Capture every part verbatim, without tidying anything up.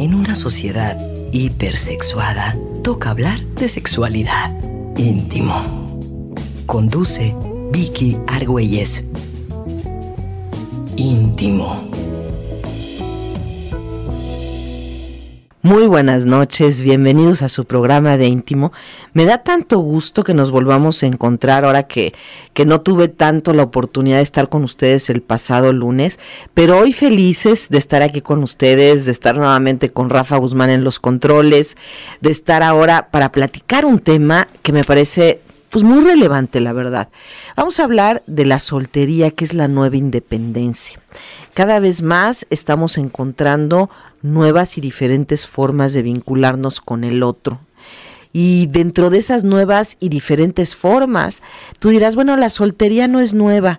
En una sociedad hipersexuada, toca hablar de sexualidad. Íntimo. Conduce Vicky Argüelles. Íntimo. Muy buenas noches, bienvenidos a su programa de Íntimo. Me da tanto gusto que nos volvamos a encontrar ahora que, que no tuve tanto la oportunidad de estar con ustedes el pasado lunes, pero hoy felices de estar aquí con ustedes, de estar nuevamente con Rafa Guzmán en los controles, de estar ahora para platicar un tema que me parece pues muy relevante, la verdad. Vamos a hablar de la soltería, que es la nueva independencia. Cada vez más estamos encontrando nuevas y diferentes formas de vincularnos con el otro. Y dentro de esas nuevas y diferentes formas, tú dirás, bueno, la soltería no es nueva.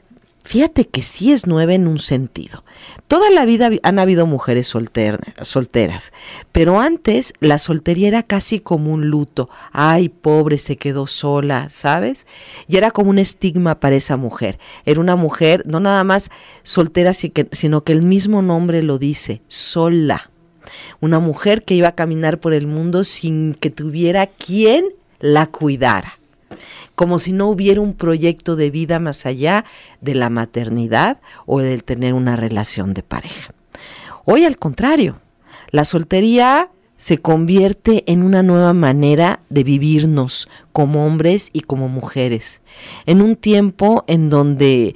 Fíjate que sí es nueva en un sentido. Toda la vida han habido mujeres solter, solteras, pero antes la soltería era casi como un luto. Ay, pobre, se quedó sola, ¿sabes? Y era como un estigma para esa mujer. Era una mujer no nada más soltera, sino que el mismo nombre lo dice, sola. Una mujer que iba a caminar por el mundo sin que tuviera quien la cuidara. Como si no hubiera un proyecto de vida más allá de la maternidad o del tener una relación de pareja. Hoy, al contrario, la soltería se convierte en una nueva manera de vivirnos como hombres y como mujeres, en un tiempo en donde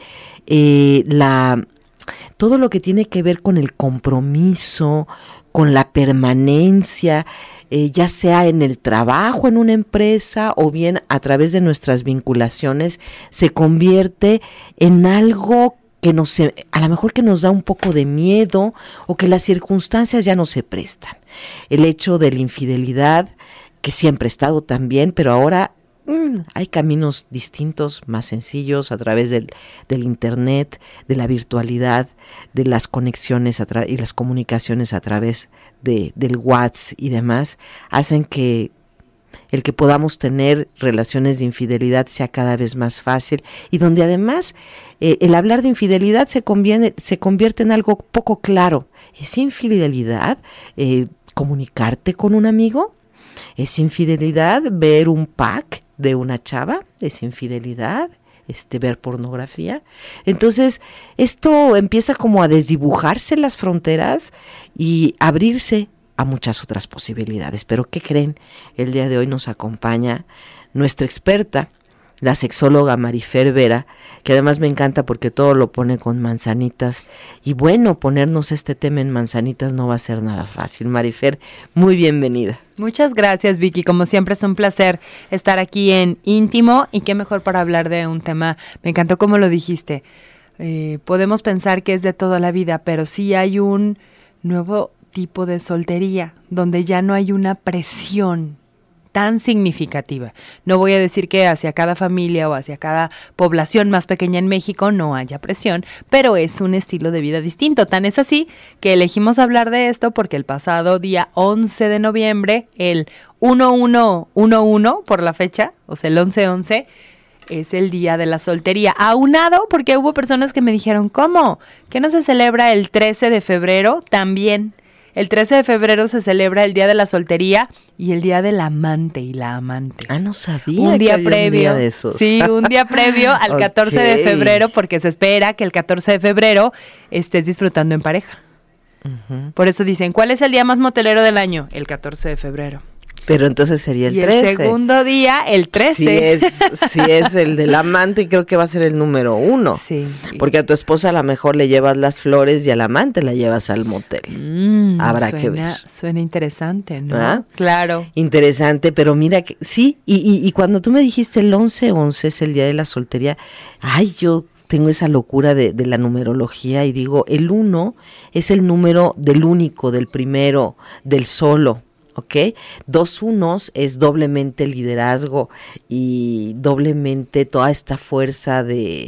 eh, la, todo lo que tiene que ver con el compromiso, con la permanencia, Eh, ya sea en el trabajo, en una empresa o bien a través de nuestras vinculaciones, se convierte en algo que nos, a lo mejor que nos da un poco de miedo o que las circunstancias ya no se prestan. El hecho de la infidelidad, que siempre ha estado también, pero ahora mmm, hay caminos distintos, más sencillos, a través del, del internet, de la virtualidad, de las conexiones a tra- y las comunicaciones a través de, del WhatsApp y demás, hacen que el que podamos tener relaciones de infidelidad sea cada vez más fácil y donde además eh, el hablar de infidelidad se, conviene, se convierte en algo poco claro. ¿Es infidelidad eh, comunicarte con un amigo? ¿Es infidelidad ver un pack de una chava? ¿Es infidelidad este, ver pornografía? Entonces, esto empieza como a desdibujarse las fronteras y abrirse a muchas otras posibilidades. Pero ¿qué creen? El día de hoy nos acompaña nuestra experta, la sexóloga Marifer Vera, que además me encanta porque todo lo pone con manzanitas. Y bueno, ponernos este tema en manzanitas no va a ser nada fácil. Marifer, muy bienvenida. Muchas gracias, Vicky. Como siempre es un placer estar aquí en Íntimo y qué mejor para hablar de un tema. Me encantó como lo dijiste. Eh, podemos pensar que es de toda la vida, pero sí hay un nuevo tipo de soltería donde ya no hay una presión tan significativa. No voy a decir que hacia cada familia o hacia cada población más pequeña en México no haya presión, pero es un estilo de vida distinto. Tan es así que elegimos hablar de esto porque el pasado día once de noviembre, el uno uno uno uno por la fecha, o sea el once once, es el día de la soltería. Aunado porque hubo personas que me dijeron, ¿cómo? ¿Que no se celebra el trece de febrero? También. El trece de febrero se celebra el Día de la Soltería y el Día del Amante y la amante. Ah, no sabía un día que había previo, un día de esos. Sí, un día previo al okay. catorce de febrero, porque se espera que el catorce de febrero estés disfrutando en pareja. Uh-huh. Por eso dicen, ¿cuál es el día más motelero del año? El catorce de febrero. Pero entonces sería el y trece. el segundo día, el trece. Si es, si es el del amante, creo que va a ser el número uno. Sí. Porque a tu esposa a lo mejor le llevas las flores y al amante la llevas al motel. Mm, Habrá suena, que ver. Suena interesante, ¿no? ¿Ah? Claro. Interesante, pero mira que sí. Y, y, y cuando tú me dijiste el once once es el día de la soltería, ay, yo tengo esa locura de, de la numerología y digo, el uno es el número del único, del primero, del solo. ¿Ok? Dos unos es doblemente liderazgo y doblemente toda esta fuerza de,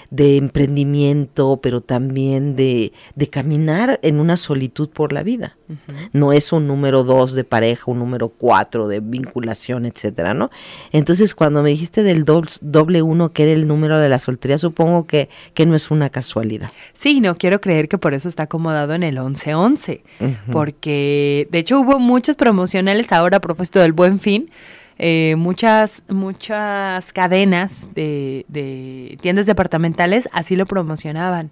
de emprendimiento, pero también de, de caminar en una solitud por la vida. Uh-huh. No es un número dos de pareja, un número cuatro de vinculación, etcétera, ¿no? Entonces, cuando me dijiste del doble, doble uno, que era el número de la soltería, supongo que, que no es una casualidad. Sí, no quiero creer que por eso está acomodado en el once once, uh-huh. porque de hecho hubo muchos promocionales ahora a propósito del Buen Fin. Eh, muchas muchas cadenas de, de tiendas departamentales así lo promocionaban.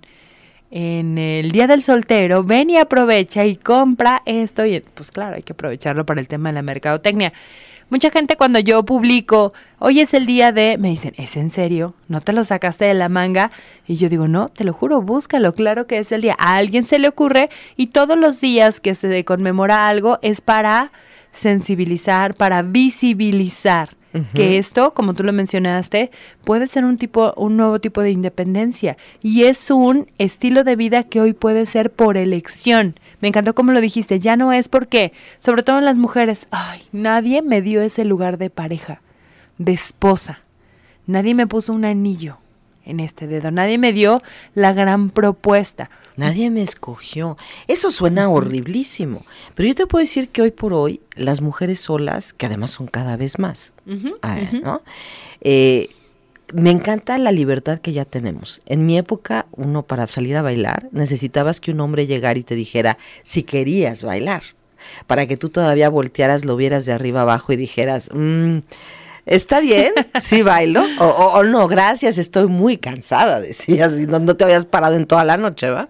En el Día del Soltero, ven y aprovecha y compra esto. Y pues claro, hay que aprovecharlo para el tema de la mercadotecnia. Mucha gente cuando yo publico, hoy es el día de, me dicen, ¿es en serio? ¿No te lo sacaste de la manga? Y yo digo, no, te lo juro, búscalo, claro que es el día. A alguien se le ocurre y todos los días que se conmemora algo es para sensibilizar, para visibilizar uh-huh. que esto, como tú lo mencionaste, puede ser un tipo, un nuevo tipo de independencia y es un estilo de vida que hoy puede ser por elección. Me encantó como lo dijiste, ya no es porque, sobre todo en las mujeres, ay, nadie me dio ese lugar de pareja, de esposa, nadie me puso un anillo en este dedo, nadie me dio la gran propuesta. Nadie me escogió. Eso suena uh-huh. horriblísimo. Pero yo te puedo decir que hoy por hoy, las mujeres solas, que además son cada vez más, uh-huh. eh, uh-huh. ¿no? Eh, me encanta la libertad que ya tenemos. En mi época, uno para salir a bailar, necesitabas que un hombre llegara y te dijera si querías bailar. Para que tú todavía voltearas, lo vieras de arriba abajo y dijeras, mmm, ¿está bien? ¿Sí bailo? O, o, o no, gracias, estoy muy cansada, decías, y no, no te habías parado en toda la noche, ¿va?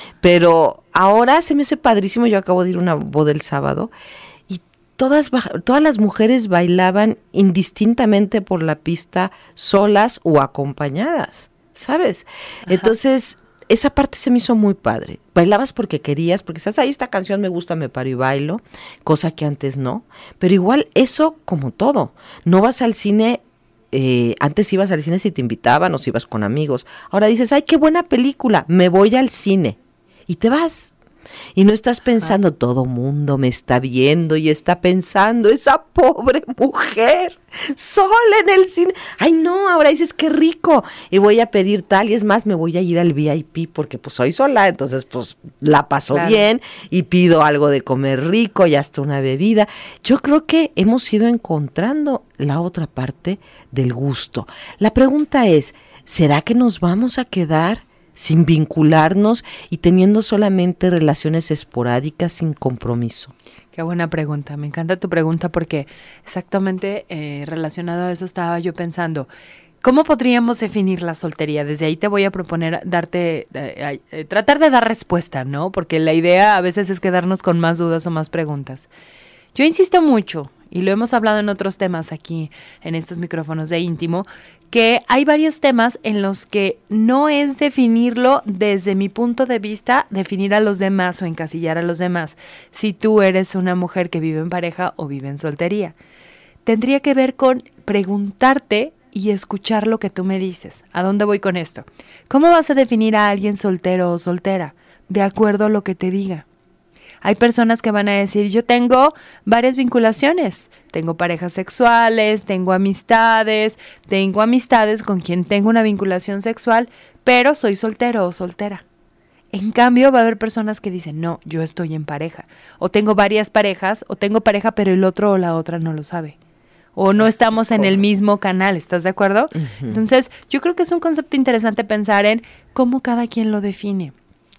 Pero ahora se me hace padrísimo, yo acabo de ir a una boda el sábado, y todas, todas las mujeres bailaban indistintamente por la pista, solas o acompañadas, ¿sabes? Ajá. Entonces, esa parte se me hizo muy padre. Bailabas porque querías, porque sabes, ahí esta canción me gusta, me paro y bailo, cosa que antes no. Pero igual eso como todo. No vas al cine, eh, antes ibas al cine si te invitaban o si ibas con amigos. Ahora dices, ay, qué buena película, me voy al cine. Y te vas. Y no estás pensando, ajá, todo mundo me está viendo y está pensando, esa pobre mujer, sola en el cine. Ay, no, ahora dices, qué rico, y voy a pedir tal, y es más, me voy a ir al V I P porque pues soy sola, entonces pues la paso claro. bien, y pido algo de comer rico y hasta una bebida. Yo creo que hemos ido encontrando la otra parte del gusto. La pregunta es, ¿será que nos vamos a quedar sin vincularnos y teniendo solamente relaciones esporádicas sin compromiso? Qué buena pregunta, me encanta tu pregunta porque exactamente eh, relacionado a eso estaba yo pensando. ¿Cómo podríamos definir la soltería? Desde ahí te voy a proponer darte, eh, eh, tratar de dar respuesta, ¿no? Porque la idea a veces es quedarnos con más dudas o más preguntas. Yo insisto mucho, y lo hemos hablado en otros temas aquí en estos micrófonos de Íntimo, que hay varios temas en los que no es definirlo desde mi punto de vista, definir a los demás o encasillar a los demás, si tú eres una mujer que vive en pareja o vive en soltería. Tendría que ver con preguntarte y escuchar lo que tú me dices. ¿A dónde voy con esto? ¿Cómo vas a definir a alguien soltero o soltera? De acuerdo a lo que te diga. Hay personas que van a decir, yo tengo varias vinculaciones, tengo parejas sexuales, tengo amistades, tengo amistades con quien tengo una vinculación sexual, pero soy soltero o soltera. En cambio, va a haber personas que dicen, no, yo estoy en pareja, o tengo varias parejas, o tengo pareja, pero el otro o la otra no lo sabe. O no estamos en el mismo canal, ¿estás de acuerdo? Uh-huh. Entonces, yo creo que es un concepto interesante pensar en cómo cada quien lo define.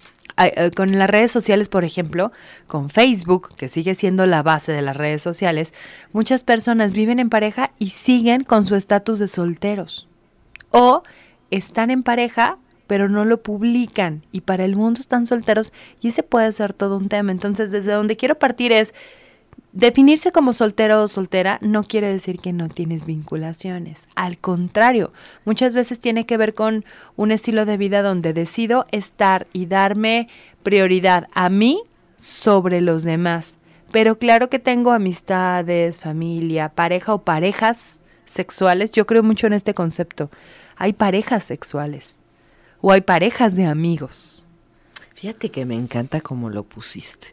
Con las redes sociales, por ejemplo, con Facebook, que sigue siendo la base de las redes sociales, muchas personas viven en pareja y siguen con su estatus de solteros. O están en pareja, pero no lo publican y para el mundo están solteros y ese puede ser todo un tema. Entonces, desde donde quiero partir es, definirse como soltero o soltera no quiere decir que no tienes vinculaciones. Al contrario, muchas veces tiene que ver con un estilo de vida donde decido estar y darme prioridad a mí sobre los demás. Pero claro que tengo amistades, familia, pareja o parejas sexuales. Yo creo mucho en este concepto. Hay parejas sexuales o hay parejas de amigos. Fíjate que me encanta cómo lo pusiste,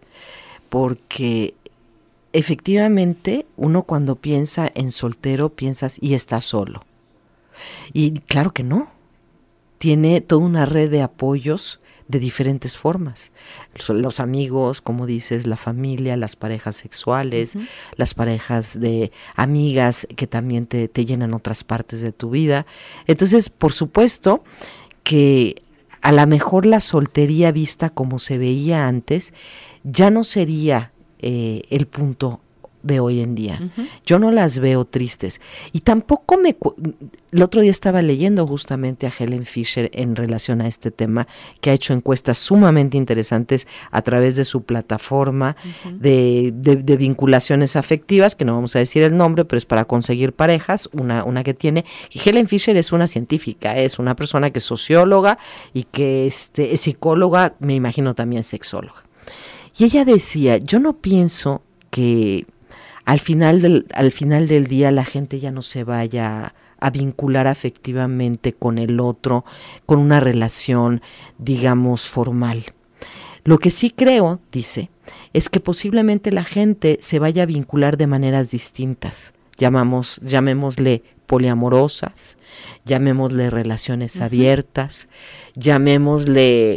porque efectivamente, uno cuando piensa en soltero, piensas, y está solo. Y claro que no. tiene toda una red de apoyos de diferentes formas. Los amigos, como dices, la familia, las parejas sexuales, uh-huh. las parejas de amigas que también te, te llenan otras partes de tu vida. Entonces, por supuesto que a lo mejor la soltería vista como se veía antes ya no sería eh, el punto de hoy en día. Uh-huh. Yo no las veo tristes. Y tampoco me... Cu- el otro día estaba leyendo justamente a Helen Fisher en relación a este tema, que ha hecho encuestas sumamente interesantes a través de su plataforma uh-huh. de, de, de vinculaciones afectivas, que no vamos a decir el nombre, pero es para conseguir parejas, una, una que tiene. Y Helen Fisher es una científica, es una persona que es socióloga y que este, es psicóloga, me imagino también sexóloga. Y ella decía, yo no pienso que Al final, del, al final del día la gente ya no se vaya a vincular afectivamente con el otro, con una relación, digamos, formal. Lo que sí creo, dice, es que posiblemente la gente se vaya a vincular de maneras distintas. Llamamos, llamémosle poliamorosas, llamémosle relaciones uh-huh. abiertas, llamémosle...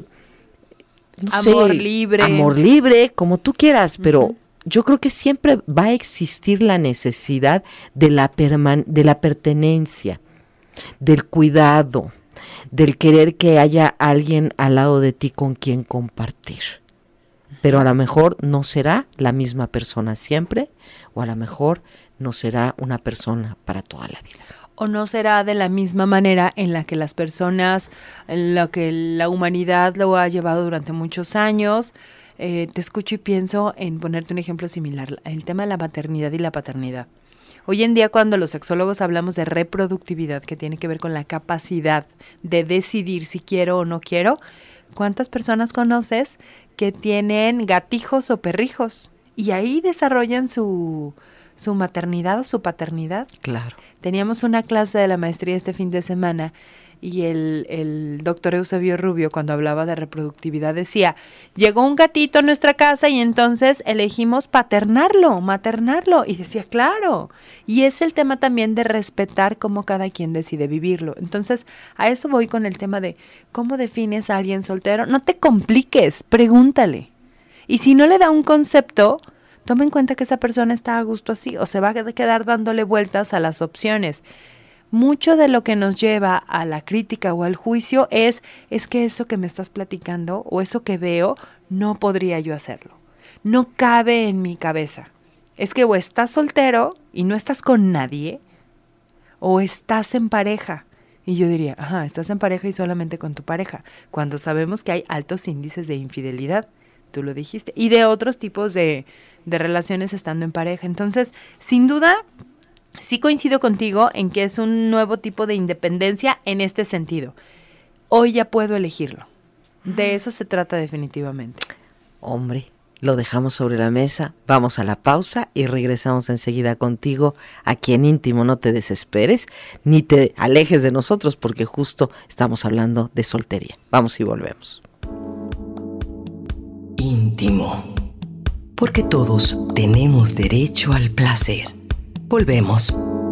No amor sé, libre. Amor libre, como tú quieras, pero... Uh-huh. Yo creo que siempre va a existir la necesidad de la, perman- de la pertenencia, del cuidado, del querer que haya alguien al lado de ti con quien compartir. Pero a lo mejor no será la misma persona siempre, o a lo mejor no será una persona para toda la vida. O no será de la misma manera en la que las personas, en la que la humanidad lo ha llevado durante muchos años. Eh, te escucho y pienso en ponerte un ejemplo similar, el tema de la maternidad y la paternidad. Hoy en día, cuando los sexólogos hablamos de reproductividad, que tiene que ver con la capacidad de decidir si quiero o no quiero, ¿cuántas personas conoces que tienen gatijos o perrijos? Y ahí desarrollan su, su maternidad o su paternidad. Claro. Teníamos una clase de la maestría este fin de semana y el, el doctor Eusebio Rubio, cuando hablaba de reproductividad, decía, llegó un gatito a nuestra casa y entonces elegimos paternarlo, maternarlo. Y decía, claro. Y es el tema también de respetar cómo cada quien decide vivirlo. Entonces, a eso voy con el tema de cómo defines a alguien soltero. No te compliques, pregúntale. Y si no le da un concepto, toma en cuenta que esa persona está a gusto así o se va a quedar dándole vueltas a las opciones. Mucho de lo que nos lleva a la crítica o al juicio es, es que eso que me estás platicando o eso que veo, no podría yo hacerlo. No cabe en mi cabeza. Es que o estás soltero y no estás con nadie, o estás en pareja. Y yo diría, ajá, estás en pareja y solamente con tu pareja, cuando sabemos que hay altos índices de infidelidad, tú lo dijiste, y de otros tipos de, de relaciones estando en pareja. Entonces, sin duda, sí coincido contigo en que es un nuevo tipo de independencia en este sentido. Hoy ya puedo elegirlo. De eso se trata definitivamente. Hombre, lo dejamos sobre la mesa, vamos a la pausa y regresamos enseguida contigo aquí en Íntimo. No te desesperes, ni te alejes de nosotros porque justo estamos hablando de soltería. Vamos y volvemos. Íntimo, porque todos tenemos derecho al placer. Volvemos.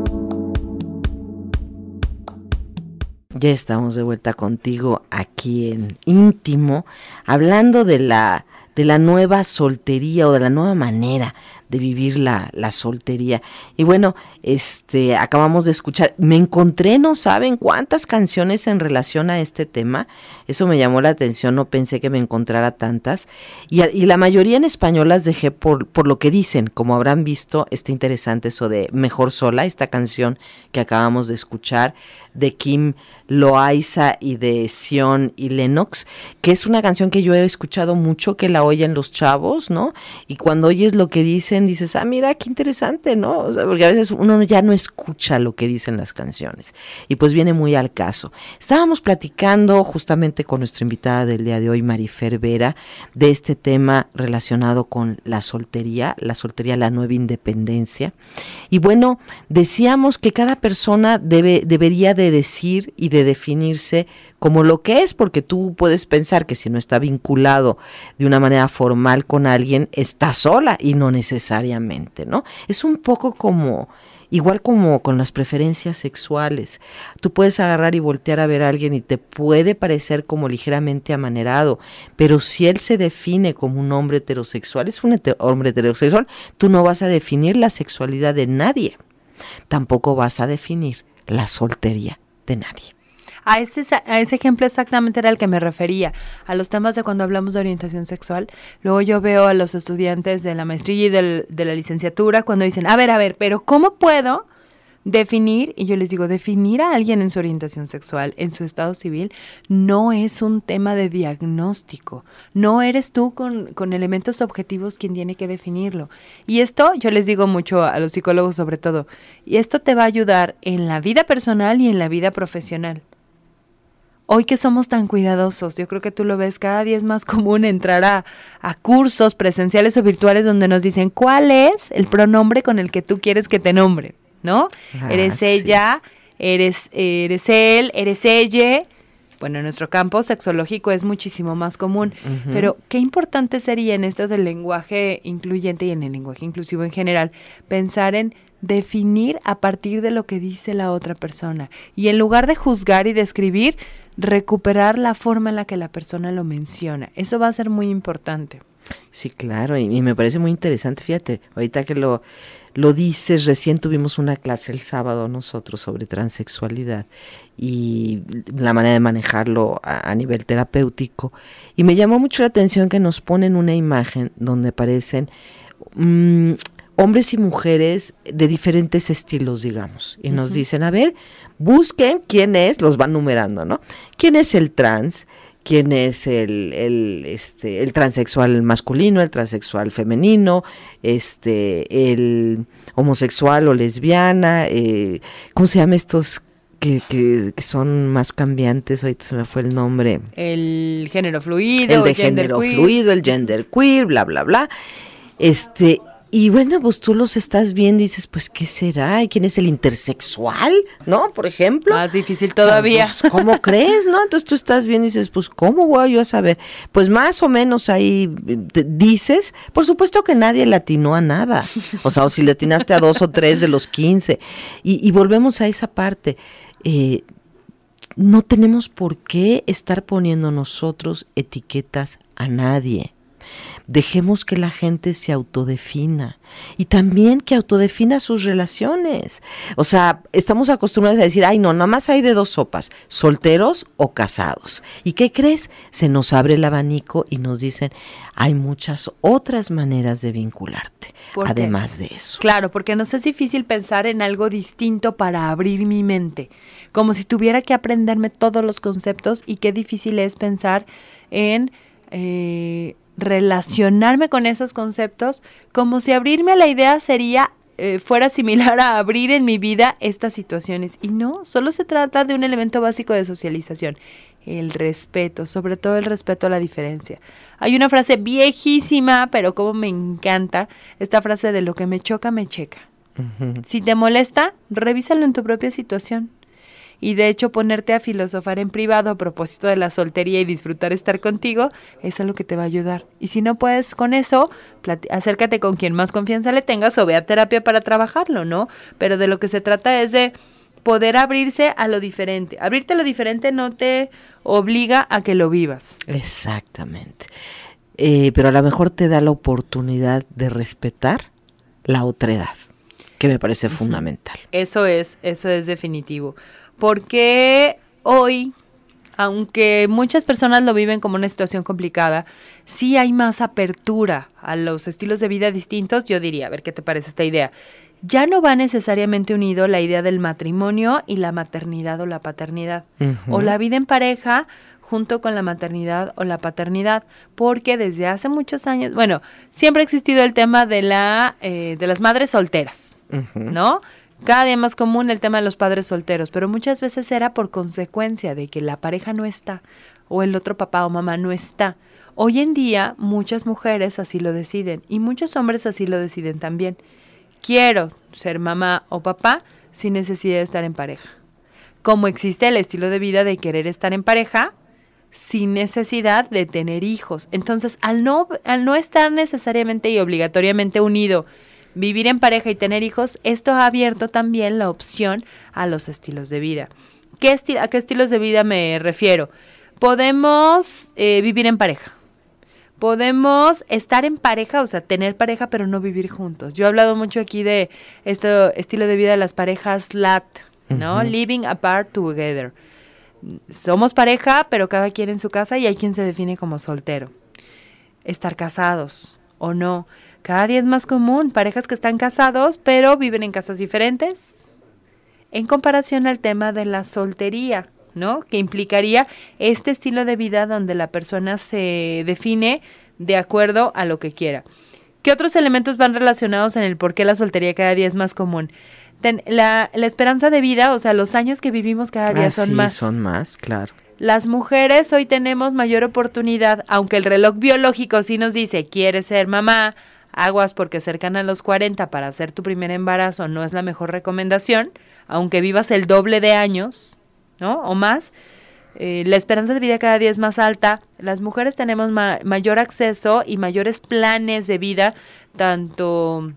Ya estamos de vuelta contigo aquí en Íntimo, hablando de la, de la nueva soltería o de la nueva manera de vivir la, la soltería. Y bueno, este, acabamos de escuchar, me encontré, no saben cuántas canciones en relación a este tema, eso me llamó la atención, no pensé que me encontrara tantas, y, y la mayoría en español las dejé por, por lo que dicen, como habrán visto, está interesante eso de Mejor Sola, esta canción que acabamos de escuchar, de Kim Loaiza y de Sion y Lennox, que es una canción que yo he escuchado mucho, que la oyen los chavos, ¿no? Y cuando oyes lo que dicen, dices, ah, mira, qué interesante, ¿no? O sea, porque a veces uno ya no escucha lo que dicen las canciones. Y pues viene muy al caso. Estábamos platicando justamente con nuestra invitada del día de hoy, Marifer Vera, de este tema relacionado con la soltería, la soltería, la nueva independencia. Y bueno, decíamos que cada persona debe, debería de decir y de definirse como lo que es, porque tú puedes pensar que si no está vinculado de una manera formal con alguien, está sola y no necesariamente, ¿no? Es un poco como Igual como con las preferencias sexuales. Tú puedes agarrar y voltear a ver a alguien y te puede parecer como ligeramente amanerado, pero si él se define como un hombre heterosexual, es un heter- hombre heterosexual, tú no vas a definir la sexualidad de nadie. Tampoco vas a definir la soltería de nadie. A ese, a ese ejemplo exactamente era el que me refería, a los temas de cuando hablamos de orientación sexual. Luego yo veo a los estudiantes de la maestría y del, de la licenciatura cuando dicen, a ver, a ver, pero ¿cómo puedo definir? Y yo les digo, definir a alguien en su orientación sexual, en su estado civil, no es un tema de diagnóstico. No eres tú con, con elementos objetivos quien tiene que definirlo. Y esto yo les digo mucho a los psicólogos sobre todo, y esto te va a ayudar en la vida personal y en la vida profesional. Hoy que somos tan cuidadosos, yo creo que tú lo ves, cada día es más común entrar a, a cursos presenciales o virtuales donde nos dicen cuál es el pronombre con el que tú quieres que te nombren, ¿no? Ah, eres sí. ella, eres, eres él, eres ella. Bueno, en nuestro campo sexológico es muchísimo más común, uh-huh. Pero qué importante sería en esto del lenguaje incluyente y en el lenguaje inclusivo en general, pensar en definir a partir de lo que dice la otra persona y en lugar de juzgar y describir, recuperar la forma en la que la persona lo menciona. Eso va a ser muy importante. Sí, claro, y, y me parece muy interesante, fíjate, ahorita que lo, lo dices, recién tuvimos una clase el sábado nosotros sobre transexualidad y la manera de manejarlo a, a nivel terapéutico, y me llamó mucho la atención que nos ponen una imagen donde aparecen mmm, hombres y mujeres de diferentes estilos, digamos, y nos uh-huh. dicen, a ver, busquen quién es, los van numerando, ¿no? ¿Quién es el trans? ¿Quién es el, el, este, el transexual masculino, el transexual femenino, este, el homosexual o lesbiana? Eh, ¿Cómo se llaman estos que, que, que son más cambiantes? Ahorita se me fue el nombre. El género fluido. El de género queer. fluido, el gender queer, bla, bla, bla. Este... Y bueno, pues tú los estás viendo y dices, pues, ¿qué será? ¿Y quién es el intersexual? ¿No? Por ejemplo. Más difícil todavía. O sea, pues, ¿cómo crees? ¿No? Entonces tú estás viendo y dices, pues, ¿cómo voy yo a saber? Pues más o menos ahí dices, por supuesto que nadie le atinó a nada. O sea, o si le atinaste a dos o tres de los quince. Y, y volvemos a esa parte. Eh, no tenemos por qué estar poniendo nosotros etiquetas a nadie. Dejemos que la gente se autodefina y también que autodefina sus relaciones. O sea, estamos acostumbrados a decir, ay no, nada más hay de dos sopas, solteros o casados. ¿Y qué crees? Se nos abre el abanico y nos dicen, hay muchas otras maneras de vincularte, además de eso. Claro, porque nos es difícil pensar en algo distinto para abrir mi mente, como si tuviera que aprenderme todos los conceptos, y qué difícil es pensar en... Eh, relacionarme con esos conceptos, como si abrirme a la idea sería eh, fuera similar a abrir en mi vida estas situaciones, y no, solo se trata de un elemento básico de socialización, el respeto, sobre todo el respeto a la diferencia. Hay una frase viejísima, pero como me encanta, esta frase de lo que me choca, me checa. Uh-huh. Si te molesta, revísalo en tu propia situación. Y de hecho ponerte a filosofar en privado a propósito de la soltería y disfrutar estar contigo es algo que te va a ayudar. Y si no puedes con eso, plati- acércate con quien más confianza le tengas o ve a terapia para trabajarlo, ¿no? Pero de lo que se trata es de poder abrirse a lo diferente. Abrirte a lo diferente no te obliga a que lo vivas. Exactamente. Eh, pero a lo mejor te da la oportunidad de respetar la otredad, que me parece fundamental. Eso es, eso es definitivo. Porque hoy, aunque muchas personas lo viven como una situación complicada, sí hay más apertura a los estilos de vida distintos. Yo diría, a ver qué te parece esta idea. Ya no va necesariamente unido la idea del matrimonio y la maternidad o la paternidad, uh-huh. o la vida en pareja junto con la maternidad o la paternidad, porque desde hace muchos años, bueno, siempre ha existido el tema de la eh, de las madres solteras, uh-huh. ¿no? Cada día más común el tema de los padres solteros, pero muchas veces era por consecuencia de que la pareja no está o el otro papá o mamá no está. Hoy en día muchas mujeres así lo deciden y muchos hombres así lo deciden también. Quiero ser mamá o papá sin necesidad de estar en pareja. Como existe el estilo de vida de querer estar en pareja sin necesidad de tener hijos. Entonces, al no, al no estar necesariamente y obligatoriamente unido vivir en pareja y tener hijos, esto ha abierto también la opción a los estilos de vida. ¿Qué esti- ¿A qué estilos de vida me refiero? Podemos eh, vivir en pareja. Podemos estar en pareja, o sea, tener pareja, pero no vivir juntos. Yo he hablado mucho aquí de este estilo de vida de las parejas L A T, ¿no? Uh-huh. Living apart together. Somos pareja, pero cada quien en su casa, y hay quien se define como soltero. Estar casados o no. Cada día es más común parejas que están casados, pero viven en casas diferentes, en comparación al tema de la soltería, ¿no? Que implicaría este estilo de vida donde la persona se define de acuerdo a lo que quiera. ¿Qué otros elementos van relacionados en el por qué la soltería cada día es más común? Ten, la, la esperanza de vida, o sea, los años que vivimos cada día ah, son sí, más. son más, claro. Las mujeres hoy tenemos mayor oportunidad, aunque el reloj biológico sí nos dice, quieres ser mamá, aguas porque cercana a los cuarenta para hacer tu primer embarazo no es la mejor recomendación, aunque vivas el doble de años, ¿no? O más, eh, la esperanza de vida cada día es más alta. Las mujeres tenemos ma- mayor acceso y mayores planes de vida, tanto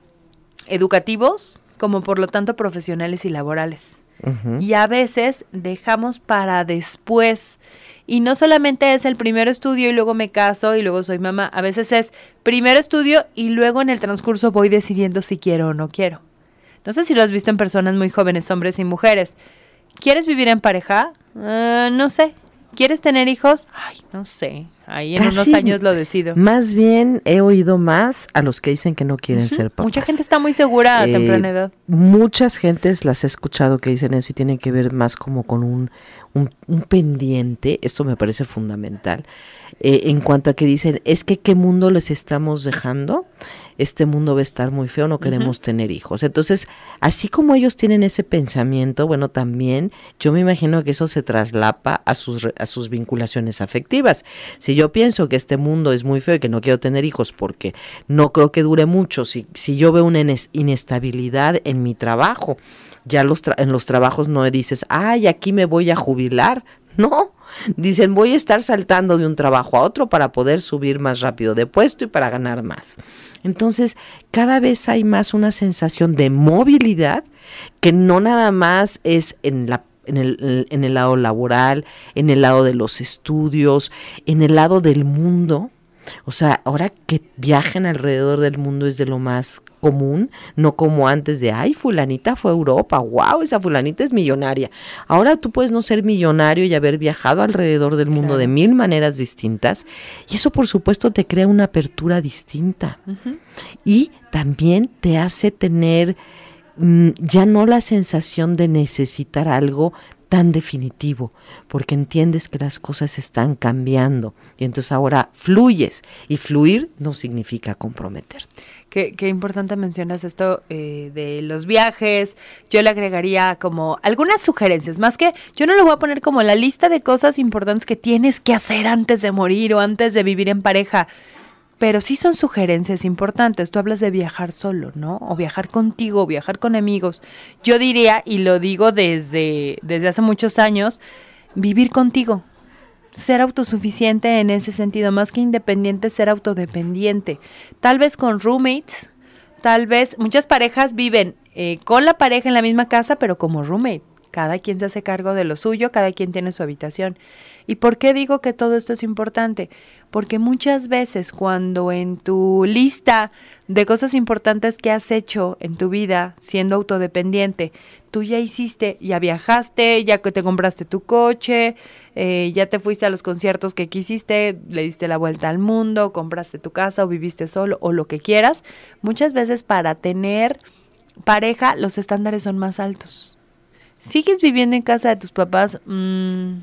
educativos como por lo tanto profesionales y laborales. Uh-huh. Y a veces dejamos para después. Y no solamente es el primer estudio y luego me caso y luego soy mamá. A veces es primer estudio y luego en el transcurso voy decidiendo si quiero o no quiero. No sé si lo has visto en personas muy jóvenes, hombres y mujeres. ¿Quieres vivir en pareja? Uh, no sé. ¿Quieres tener hijos? Ay, no sé. Ahí en Casi unos años lo decido. Más bien he oído más a los que dicen que no quieren uh-huh. ser papás. Mucha gente está muy segura a eh, temprana edad. Muchas gentes las he escuchado que dicen eso y tienen que ver más como con un, un, un pendiente. Esto me parece fundamental. Eh, en cuanto a que dicen, es que ¿qué mundo les estamos dejando? Este mundo va a estar muy feo, no queremos uh-huh. tener hijos. Entonces, así como ellos tienen ese pensamiento, bueno, también yo me imagino que eso se traslapa a sus, a sus vinculaciones afectivas. Si yo pienso que este mundo es muy feo y que no quiero tener hijos porque no creo que dure mucho, si, si yo veo una inestabilidad en mi trabajo, ya los tra- en los trabajos no dices, ay, aquí me voy a jubilar. No, dicen voy a estar saltando de un trabajo a otro para poder subir más rápido de puesto y para ganar más. Entonces, cada vez hay más una sensación de movilidad que no nada más es en la en el, en el lado laboral, en el lado de los estudios, en el lado del mundo. O sea, ahora que viajan alrededor del mundo es de lo más común, no como antes de, ay, fulanita fue a Europa, wow, esa fulanita es millonaria. Ahora tú puedes no ser millonario y haber viajado alrededor del mundo claro. de mil maneras distintas, y eso por supuesto te crea una apertura distinta. Uh-huh. Y también te hace tener mmm, ya no la sensación de necesitar algo tan definitivo, porque entiendes que las cosas están cambiando y entonces ahora fluyes, y fluir no significa comprometerte. Qué, qué importante mencionas esto eh, de los viajes. Yo le agregaría como algunas sugerencias, más que yo no lo voy a poner como la lista de cosas importantes que tienes que hacer antes de morir o antes de vivir en pareja, pero sí son sugerencias importantes. Tú hablas de viajar solo, ¿no? O viajar contigo, o viajar con amigos. Yo diría, y lo digo desde, desde hace muchos años, vivir contigo. Ser autosuficiente en ese sentido, más que independiente, ser autodependiente. Tal vez con roommates, tal vez muchas parejas viven eh, con la pareja en la misma casa, pero como roommate. Cada quien se hace cargo de lo suyo, cada quien tiene su habitación. ¿Y por qué digo que todo esto es importante? Porque muchas veces cuando en tu lista de cosas importantes que has hecho en tu vida, siendo autodependiente, tú ya hiciste, ya viajaste, ya que te compraste tu coche, eh, ya te fuiste a los conciertos que quisiste, le diste la vuelta al mundo, compraste tu casa o viviste solo o lo que quieras, muchas veces para tener pareja los estándares son más altos. ¿Sigues viviendo en casa de tus papás? Mm,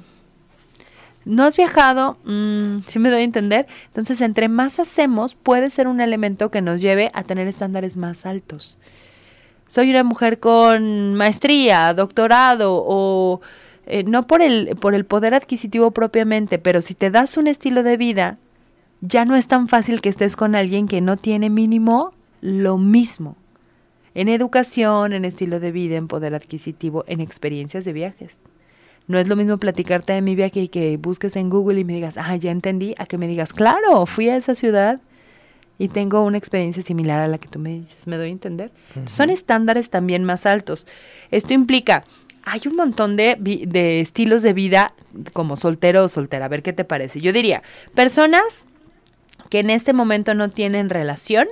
¿no has viajado? Mm, ¿sí me doy a entender? Entonces, entre más hacemos, puede ser un elemento que nos lleve a tener estándares más altos. Soy una mujer con maestría, doctorado, o eh, no por el, por el poder adquisitivo propiamente, pero si te das un estilo de vida, ya no es tan fácil que estés con alguien que no tiene mínimo lo mismo. En educación, en estilo de vida, en poder adquisitivo, en experiencias de viajes. No es lo mismo platicarte de mi viaje y que busques en Google y me digas, ah, ya entendí, a que me digas, claro, fui a esa ciudad y tengo una experiencia similar a la que tú me dices, ¿me doy a entender? Uh-huh. Son estándares también más altos. Esto implica, hay un montón de, de estilos de vida como soltero o soltera, a ver qué te parece. Yo diría, personas que en este momento no tienen relación,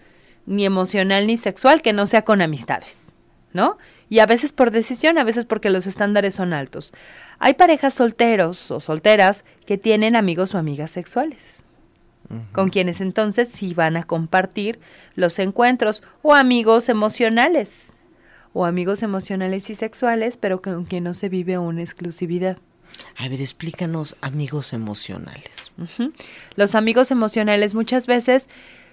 ni emocional ni sexual, que no sea con amistades, ¿no? Y a veces por decisión, a veces porque los estándares son altos. Hay parejas solteros o solteras que tienen amigos o amigas sexuales, uh-huh. con quienes entonces sí van a compartir los encuentros, o amigos emocionales, o amigos emocionales y sexuales, pero con quien no se vive una exclusividad. A ver, explícanos amigos emocionales. Uh-huh. Los amigos emocionales muchas veces,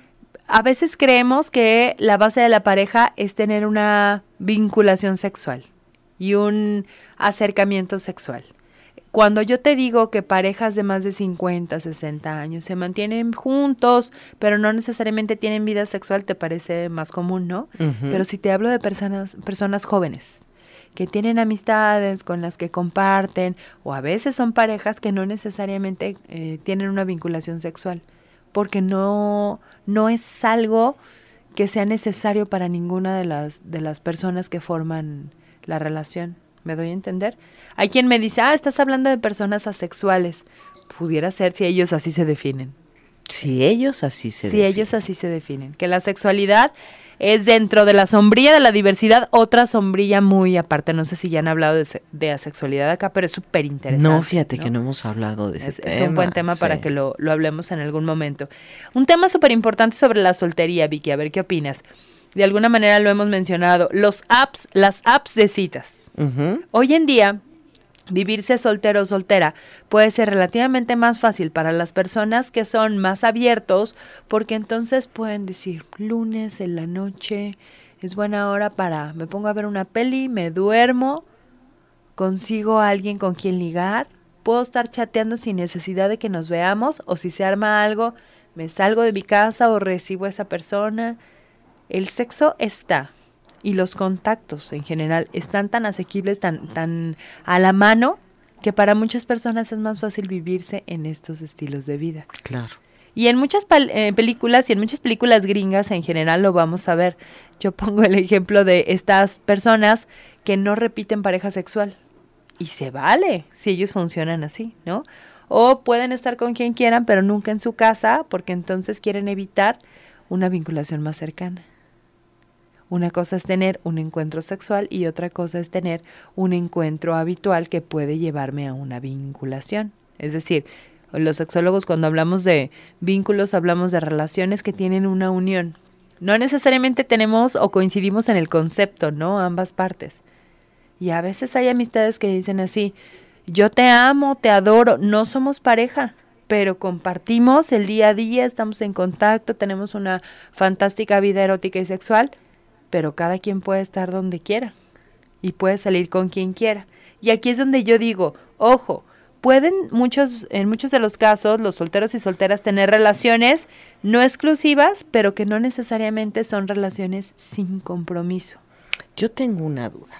a veces creemos que la base de la pareja es tener una vinculación sexual y un acercamiento sexual. Cuando yo te digo que parejas de más de cincuenta, sesenta años se mantienen juntos, pero no necesariamente tienen vida sexual, te parece más común, ¿no? Uh-huh. Pero si te hablo de personas, personas jóvenes, que tienen amistades con las que comparten, o a veces son parejas que no necesariamente eh, tienen una vinculación sexual, porque no, no es algo que sea necesario para ninguna de las, de las personas que forman la relación. ¿Me doy a entender? Hay quien me dice, ah, estás hablando de personas asexuales. Pudiera ser si ellos así se definen. Si ellos así se si definen. Si ellos así se definen. Que la sexualidad es dentro de la sombrilla de la diversidad, otra sombrilla muy aparte. No sé si ya han hablado de, de asexualidad acá, pero es súper interesante. No, fíjate ¿no? que no hemos hablado de ese es, tema. Es un buen tema sí. para que lo, lo hablemos en algún momento. Un tema súper importante sobre la soltería, Vicky, a ver qué opinas. De alguna manera lo hemos mencionado, los apps, las apps de citas. Uh-huh. Hoy en día, vivirse soltero o soltera puede ser relativamente más fácil para las personas que son más abiertos, porque entonces pueden decir, lunes en la noche, es buena hora para, me pongo a ver una peli, me duermo, consigo a alguien con quien ligar, puedo estar chateando sin necesidad de que nos veamos, o si se arma algo, me salgo de mi casa o recibo a esa persona. El sexo está, y los contactos en general están tan asequibles, tan, tan a la mano, que para muchas personas es más fácil vivirse en estos estilos de vida. Claro. Y en muchas pal- eh, películas, y en muchas películas gringas en general lo vamos a ver. Yo pongo el ejemplo de estas personas que no repiten pareja sexual. Y se vale si ellos funcionan así, ¿no? O pueden estar con quien quieran, pero nunca en su casa, porque entonces quieren evitar una vinculación más cercana. Una cosa es tener un encuentro sexual y otra cosa es tener un encuentro habitual que puede llevarme a una vinculación. Es decir, los sexólogos cuando hablamos de vínculos hablamos de relaciones que tienen una unión. No necesariamente tenemos o coincidimos en el concepto, ¿no? Ambas partes. Y a veces hay amistades que dicen así, yo te amo, te adoro, no somos pareja, pero compartimos el día a día, estamos en contacto, tenemos una fantástica vida erótica y sexual, pero cada quien puede estar donde quiera y puede salir con quien quiera. Y aquí es donde yo digo, ojo, pueden muchos, en muchos de los casos, los solteros y solteras tener relaciones no exclusivas, pero que no necesariamente son relaciones sin compromiso. Yo tengo una duda.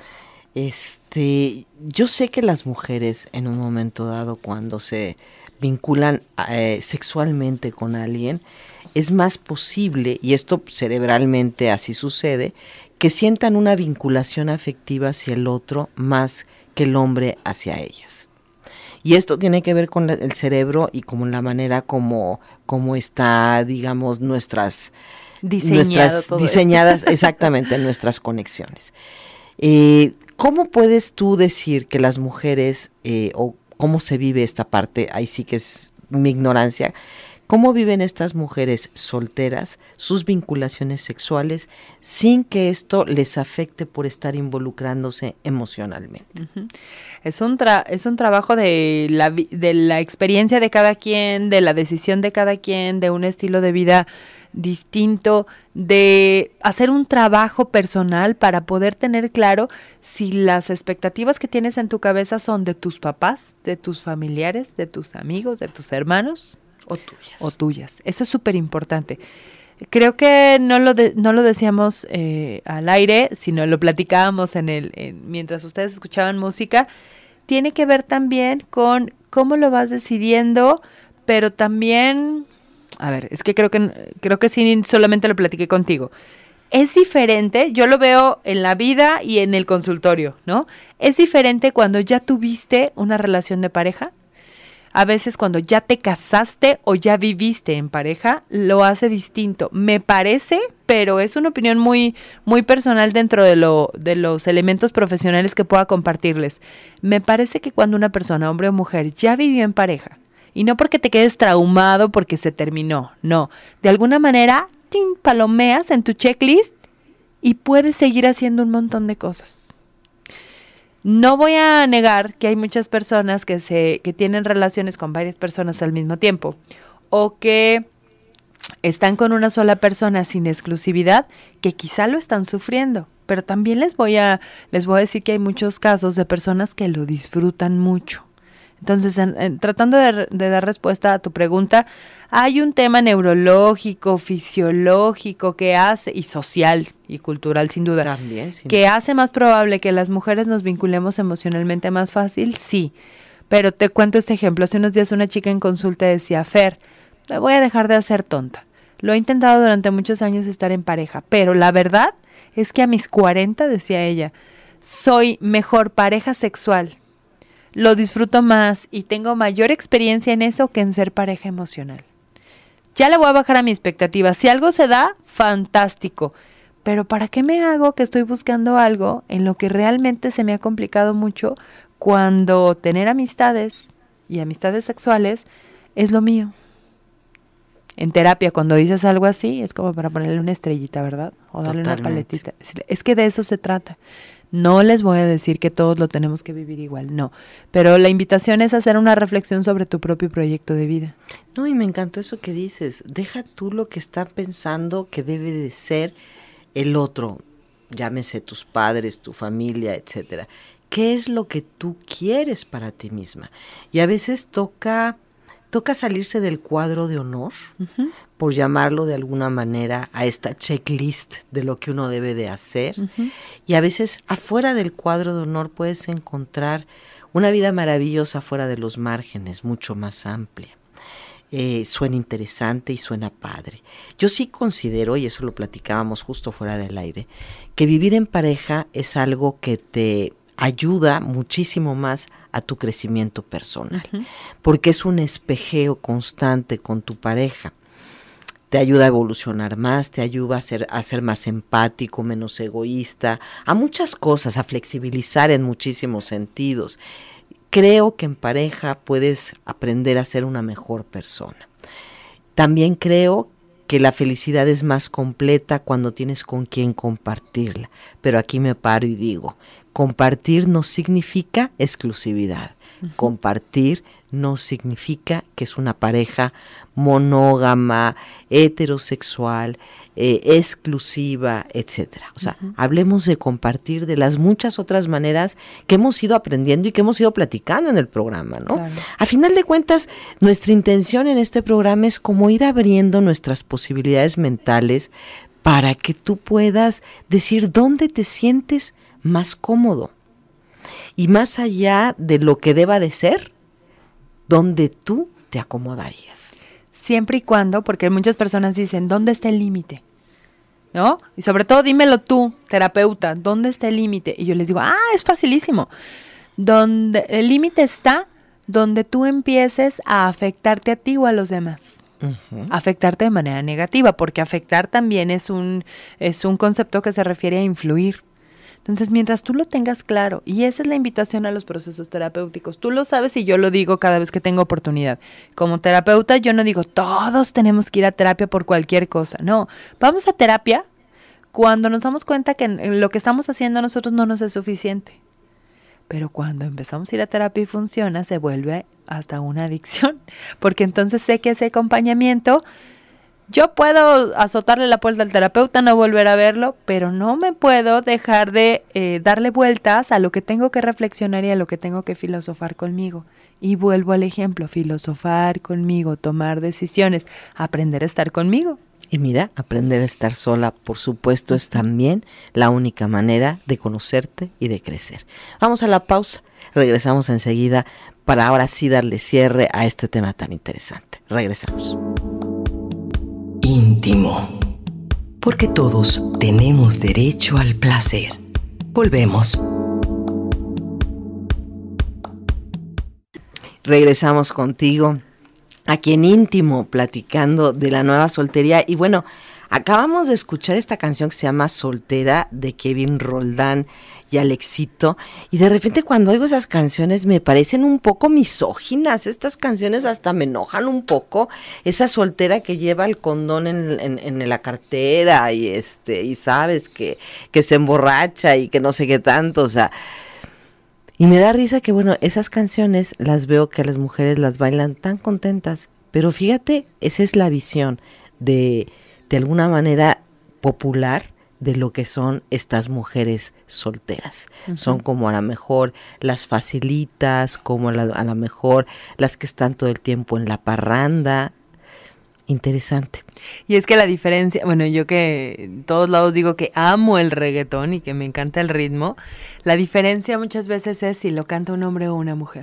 Este, yo sé que las mujeres en un momento dado cuando se vinculan eh, sexualmente con alguien, es más posible, y esto cerebralmente así sucede, que sientan una vinculación afectiva hacia el otro más que el hombre hacia ellas. Y esto tiene que ver con la, el cerebro y como la manera como, como está, digamos, nuestras, nuestras diseñadas, exactamente, nuestras conexiones. Eh, ¿Cómo puedes tú decir que las mujeres, eh, o cómo se vive esta parte, ahí sí que es mi ignorancia, cómo viven estas mujeres solteras sus vinculaciones sexuales sin que esto les afecte por estar involucrándose emocionalmente? Uh-huh. Es un tra- es un trabajo de la, vi- de la experiencia de cada quien, de la decisión de cada quien, de un estilo de vida distinto, de hacer un trabajo personal para poder tener claro si las expectativas que tienes en tu cabeza son de tus papás, de tus familiares, de tus amigos, de tus hermanos o tuyas. O tuyas. Eso es súper importante. Creo que no lo de, no lo decíamos eh, al aire, sino lo platicábamos en el en, mientras ustedes escuchaban música. Tiene que ver también con cómo lo vas decidiendo, pero también a ver, es que creo que creo que sí solamente lo platiqué contigo. Es diferente, yo lo veo en la vida y en el consultorio, ¿no? Es diferente cuando ya tuviste una relación de pareja. A veces cuando ya te casaste o ya viviste en pareja, lo hace distinto. Me parece, pero es una opinión muy, muy personal dentro de lo, de los elementos profesionales que pueda compartirles. Me parece que cuando una persona, hombre o mujer, ya vivió en pareja, y no porque te quedes traumado porque se terminó, no. De alguna manera, ¡ting!, palomeas en tu checklist y puedes seguir haciendo un montón de cosas. No voy a negar que hay muchas personas que se que tienen relaciones con varias personas al mismo tiempo o que están con una sola persona sin exclusividad, que quizá lo están sufriendo, pero también les voy a les voy a decir que hay muchos casos de personas que lo disfrutan mucho. Entonces, en, en, tratando de, de dar respuesta a tu pregunta, hay un tema neurológico, fisiológico que hace, y social y cultural sin duda, También, sin que duda. hace más probable que las mujeres nos vinculemos emocionalmente más fácil, sí. Pero te cuento este ejemplo. Hace unos días una chica en consulta decía, Fer, me voy a dejar de hacer tonta. Lo he intentado durante muchos años estar en pareja, pero la verdad es que a mis cuarenta, decía ella, soy mejor pareja sexual. Lo disfruto más y tengo mayor experiencia en eso que en ser pareja emocional. Ya le voy a bajar a mi expectativa. Si algo se da, fantástico. Pero ¿para qué me hago que estoy buscando algo en lo que realmente se me ha complicado mucho cuando tener amistades y amistades sexuales es lo mío? En terapia, cuando dices algo así, es como para ponerle una estrellita, ¿verdad? O darle Totalmente. una paletita. Es que de eso se trata. No les voy a decir que todos lo tenemos que vivir igual, no. Pero la invitación es hacer una reflexión sobre tu propio proyecto de vida. No, y me encantó eso que dices. Deja tú lo que está pensando que debe de ser el otro. Llámese tus padres, tu familia, etcétera. ¿Qué es lo que tú quieres para ti misma? Y a veces toca... Toca salirse del cuadro de honor, uh-huh. por llamarlo de alguna manera, a esta checklist de lo que uno debe de hacer. Uh-huh. Y a veces afuera del cuadro de honor puedes encontrar una vida maravillosa fuera de los márgenes, mucho más amplia. Eh, suena interesante y suena padre. Yo sí considero, y eso lo platicábamos justo fuera del aire, que vivir en pareja es algo que te ayuda muchísimo más a tu crecimiento personal, uh-huh. porque es un espejeo constante con tu pareja. Te ayuda a evolucionar más, te ayuda a ser, a ser más empático, menos egoísta, a muchas cosas, a flexibilizar en muchísimos sentidos. Creo que en pareja puedes aprender a ser una mejor persona. También creo que la felicidad es más completa cuando tienes con quien compartirla. Pero aquí me paro y digo, compartir no significa exclusividad. Uh-huh. Compartir no significa que es una pareja monógama, heterosexual, eh, exclusiva, etcétera. O sea, uh-huh. hablemos de compartir de las muchas otras maneras que hemos ido aprendiendo y que hemos ido platicando en el programa, ¿no? Claro. A final de cuentas, nuestra intención en este programa es como ir abriendo nuestras posibilidades mentales para que tú puedas decir dónde te sientes más cómodo. Y más allá de lo que deba de ser, donde tú te acomodarías. Siempre y cuando, porque muchas personas dicen, ¿dónde está el límite? ¿No? Y sobre todo dímelo tú, terapeuta, ¿dónde está el límite? Y yo les digo, ah, es facilísimo. Donde el límite está donde tú empieces a afectarte a ti o a los demás. Uh-huh. Afectarte de manera negativa, porque afectar también es un, es un concepto que se refiere a influir. Entonces, mientras tú lo tengas claro, y esa es la invitación a los procesos terapéuticos, tú lo sabes y yo lo digo cada vez que tengo oportunidad. Como terapeuta, yo no digo, todos tenemos que ir a terapia por cualquier cosa. No, vamos a terapia cuando nos damos cuenta que lo que estamos haciendo a nosotros no nos es suficiente. Pero cuando empezamos a ir a terapia y funciona, se vuelve hasta una adicción. Porque entonces sé que ese acompañamiento... Yo puedo azotarle la puerta al terapeuta, no volver a verlo, pero no me puedo dejar de eh, darle vueltas a lo que tengo que reflexionar y a lo que tengo que filosofar conmigo. Y vuelvo al ejemplo, filosofar conmigo, tomar decisiones, aprender a estar conmigo. Y mira, aprender a estar sola, por supuesto, es también la única manera de conocerte y de crecer. Vamos a la pausa, regresamos enseguida para ahora sí darle cierre a este tema tan interesante. Regresamos. íntimo. Porque todos tenemos derecho al placer. Volvemos. Regresamos contigo aquí en Íntimo, platicando de la nueva soltería. Y bueno, acabamos de escuchar esta canción que se llama Soltera, de Kevin Roldán y Alexito, y de repente cuando oigo esas canciones me parecen un poco misóginas. Estas canciones hasta me enojan un poco. Esa soltera que lleva el condón en, en, en la cartera y este y sabes que, que se emborracha y que no sé qué tanto, o sea... Y me da risa que, bueno, esas canciones las veo que las mujeres las bailan tan contentas, pero fíjate, esa es la visión de, de alguna manera popular de lo que son estas mujeres solteras. Uh-huh. Son como a lo mejor las facilitas, como la, a lo mejor las que están todo el tiempo en la parranda. Interesante. Y es que la diferencia, bueno, yo que en todos lados digo que amo el reggaetón y que me encanta el ritmo, la diferencia muchas veces es si lo canta un hombre o una mujer.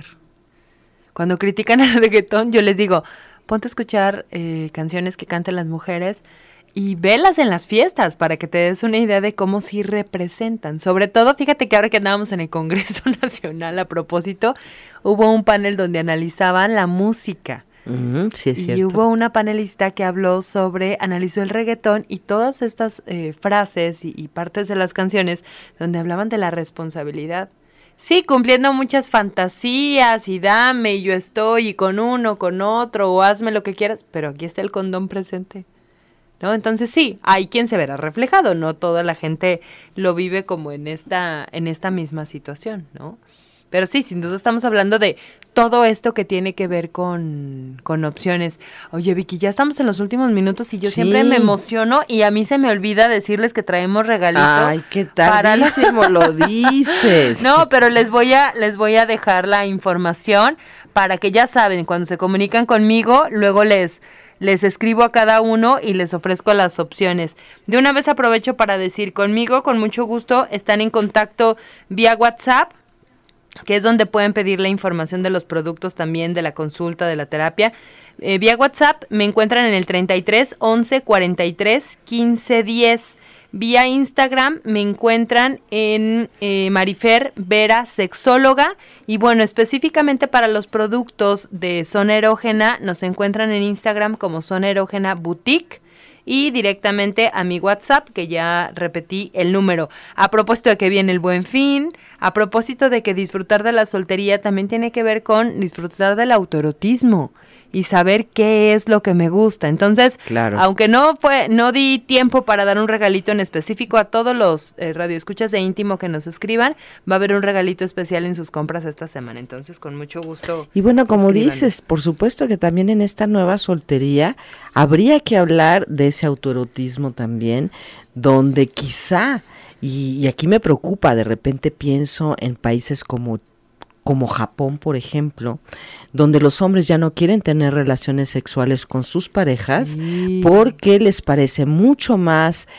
Cuando critican el reggaetón, yo les digo, ponte a escuchar eh, canciones que cantan las mujeres y velas en las fiestas para que te des una idea de cómo sí representan. Sobre todo, fíjate que ahora que andábamos en el Congreso Nacional, a propósito, hubo un panel donde analizaban la música. Uh-huh, sí, es cierto. Y hubo una panelista que habló sobre, analizó el reggaetón y todas estas eh, frases y, y partes de las canciones donde hablaban de la responsabilidad. Sí, cumpliendo muchas fantasías y dame y yo estoy y con uno, con otro o hazme lo que quieras, pero aquí está el condón presente, ¿no? Entonces sí, hay quien se verá reflejado, no toda la gente lo vive como en esta, en esta misma situación, ¿no? Pero sí, sin duda estamos hablando de todo esto que tiene que ver con, con opciones. Oye, Vicky, ya estamos en los últimos minutos y yo sí. siempre me emociono y a mí se me olvida decirles que traemos regalito. Ay, qué tardísimo para lo dices. No, pero les voy a les voy a dejar la información para que ya saben, cuando se comunican conmigo, luego les les escribo a cada uno y les ofrezco las opciones. De una vez aprovecho para decir, conmigo, con mucho gusto, están en contacto vía WhatsApp, que es donde pueden pedir la información de los productos también, de la consulta, de la terapia. Eh, vía WhatsApp me encuentran en el treinta y tres, once, cuarenta y tres, quince, diez. Vía Instagram me encuentran en eh, Marifer Vera Sexóloga. Y bueno, específicamente para los productos de Zona Erógena, nos encuentran en Instagram como Zona Erógena Boutique. Y directamente a mi WhatsApp, que ya repetí el número. A propósito de que viene el Buen Fin, a propósito de que disfrutar de la soltería también tiene que ver con disfrutar del autoerotismo y saber qué es lo que me gusta. Entonces, claro. aunque no fue, no di tiempo para dar un regalito en específico a todos los eh, radioescuchas de Íntimo que nos escriban, va a haber un regalito especial en sus compras esta semana. Entonces, con mucho gusto. Y bueno, como escriban. dices, por supuesto que también en esta nueva soltería habría que hablar de ese autoerotismo también, donde quizá, y, y aquí me preocupa, de repente pienso en países como como Japón, por ejemplo, donde los hombres ya no quieren tener relaciones sexuales con sus parejas sí. porque les parece mucho más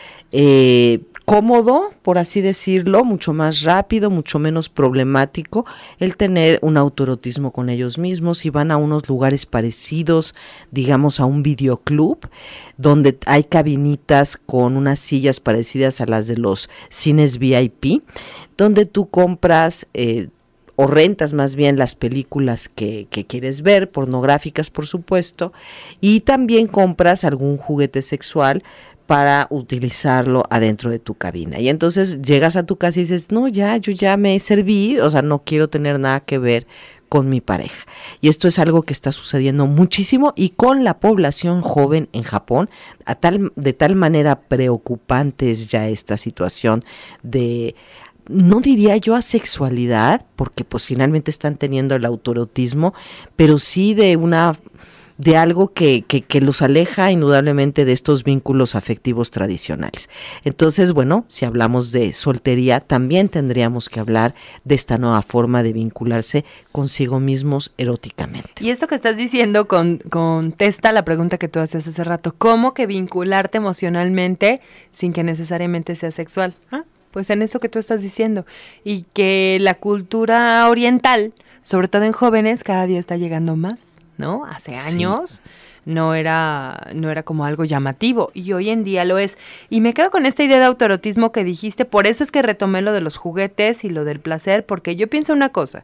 eh, cómodo, por así decirlo, mucho más rápido, mucho menos problemático el tener un autoerotismo con ellos mismos, y van a unos lugares parecidos, digamos a un videoclub, donde hay cabinitas con unas sillas parecidas a las de los cines V I P, donde tú compras eh, o rentas más bien las películas que, que quieres ver, pornográficas por supuesto, y también compras algún juguete sexual para utilizarlo adentro de tu cabina. Y entonces llegas a tu casa y dices, no, ya, yo ya me serví, o sea, no quiero tener nada que ver con mi pareja. Y esto es algo que está sucediendo muchísimo y con la población joven en Japón, a tal, de tal manera preocupante es ya esta situación de... no diría yo asexualidad, porque pues finalmente están teniendo el autoerotismo, pero sí de una de algo que, que, que los aleja indudablemente de estos vínculos afectivos tradicionales. Entonces, bueno, si hablamos de soltería, también tendríamos que hablar de esta nueva forma de vincularse consigo mismos eróticamente. Y esto que estás diciendo con, contesta la pregunta que tú hacías hace rato, ¿cómo que vincularte emocionalmente sin que necesariamente sea sexual? ¿Ah? Pues en esto que tú estás diciendo, y que la cultura oriental, sobre todo en jóvenes, cada día está llegando más, ¿no? Hace años, sí. no era, no era como algo llamativo, y hoy en día lo es. Y me quedo con esta idea de autoerotismo que dijiste, por eso es que retomé lo de los juguetes y lo del placer, porque yo pienso una cosa.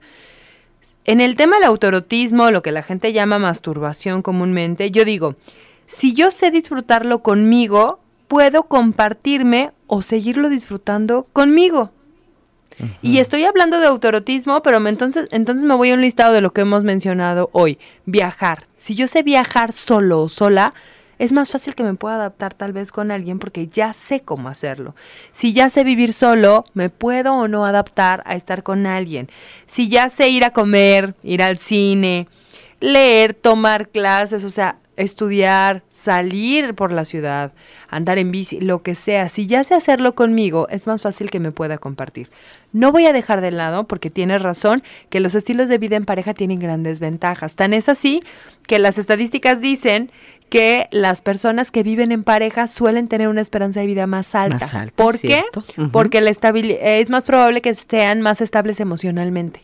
En el tema del autoerotismo, lo que la gente llama masturbación comúnmente, yo digo, si yo sé disfrutarlo conmigo, puedo compartirme o seguirlo disfrutando conmigo. Uh-huh. Y estoy hablando de autoerotismo, pero me, entonces, entonces me voy a un listado de lo que hemos mencionado hoy. Viajar. Si yo sé viajar solo o sola, es más fácil que me pueda adaptar tal vez con alguien porque ya sé cómo hacerlo. Si ya sé vivir solo, me puedo o no adaptar a estar con alguien. Si ya sé ir a comer, ir al cine, leer, tomar clases, o sea, estudiar, salir por la ciudad, andar en bici, lo que sea. Si ya sé hacerlo conmigo, es más fácil que me pueda compartir. No voy a dejar de lado, porque tienes razón, que los estilos de vida en pareja tienen grandes ventajas. Tan es así que las estadísticas dicen que las personas que viven en pareja suelen tener una esperanza de vida más alta. Más alta, ¿Por qué? Uh-huh. Porque la estabil- es más probable que sean más estables emocionalmente.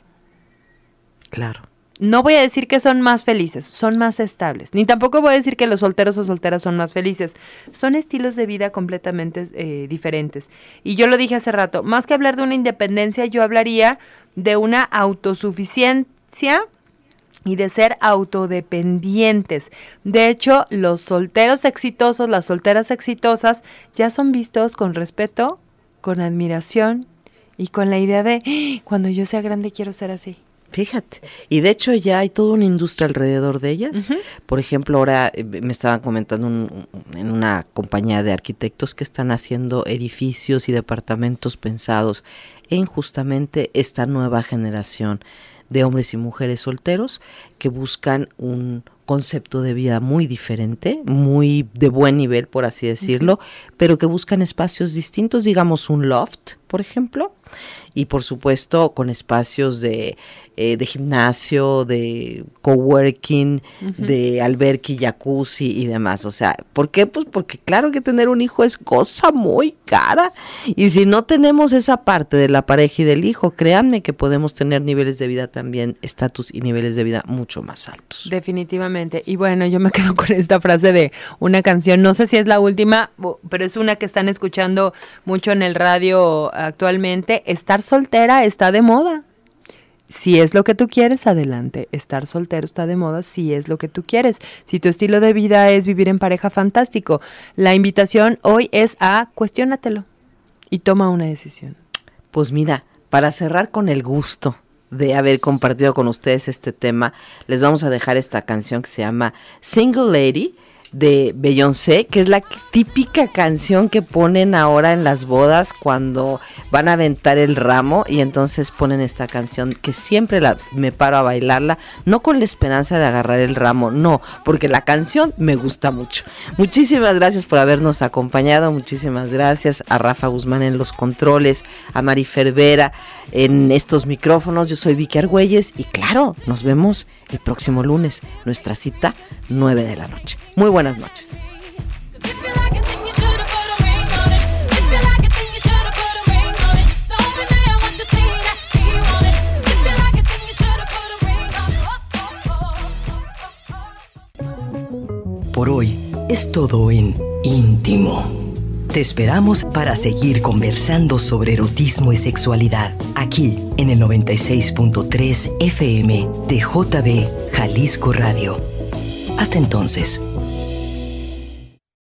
Claro. No voy a decir que son más felices, son más estables. Ni tampoco voy a decir que los solteros o solteras son más felices. Son estilos de vida completamente eh, diferentes. Y yo lo dije hace rato, más que hablar de una independencia, yo hablaría de una autosuficiencia y de ser autodependientes. De hecho, los solteros exitosos, las solteras exitosas, ya son vistos con respeto, con admiración y con la idea de, ¡ah! Cuando yo sea grande quiero ser así. Fíjate, y de hecho ya hay toda una industria alrededor de ellas. Uh-huh. Por ejemplo, ahora eh, me estaban comentando un, en una compañía de arquitectos que están haciendo edificios y departamentos pensados en justamente esta nueva generación de hombres y mujeres solteros que buscan un concepto de vida muy diferente, muy de buen nivel, por así decirlo, uh-huh. pero que buscan espacios distintos, digamos un loft, por ejemplo, y por supuesto con espacios de, eh, de gimnasio, de coworking, uh-huh. de alberca y jacuzzi y demás. O sea, ¿por qué? Pues porque claro que tener un hijo es cosa muy cara, y si no tenemos esa parte de la pareja y del hijo, créanme que podemos tener niveles de vida también, estatus y niveles de vida mucho más altos. Definitivamente. Y bueno, yo me quedo con esta frase de una canción, no sé si es la última, pero es una que están escuchando mucho en el radio actualmente. Estar soltera está de moda. Si es lo que tú quieres, adelante. Estar soltero está de moda si es lo que tú quieres. Si tu estilo de vida es vivir en pareja, fantástico. La invitación hoy es a cuestiónatelo y toma una decisión. Pues mira, para cerrar con el gusto de haber compartido con ustedes este tema, les vamos a dejar esta canción que se llama Single Lady de Beyoncé, que es la típica canción que ponen ahora en las bodas cuando van a aventar el ramo, y entonces ponen esta canción que siempre la, me paro a bailarla, no con la esperanza de agarrar el ramo, no, porque la canción me gusta mucho. Muchísimas gracias por habernos acompañado, muchísimas gracias a Rafa Guzmán en los controles, a Marifer Vera en estos micrófonos. Yo soy Vicky Argüelles y claro, nos vemos el próximo lunes, nuestra cita nueve de la noche. Muy buenas noches. Por hoy es todo en Íntimo. Te esperamos para seguir conversando sobre erotismo y sexualidad aquí en el noventa y seis punto tres F M de J B Jalisco Radio. Hasta entonces.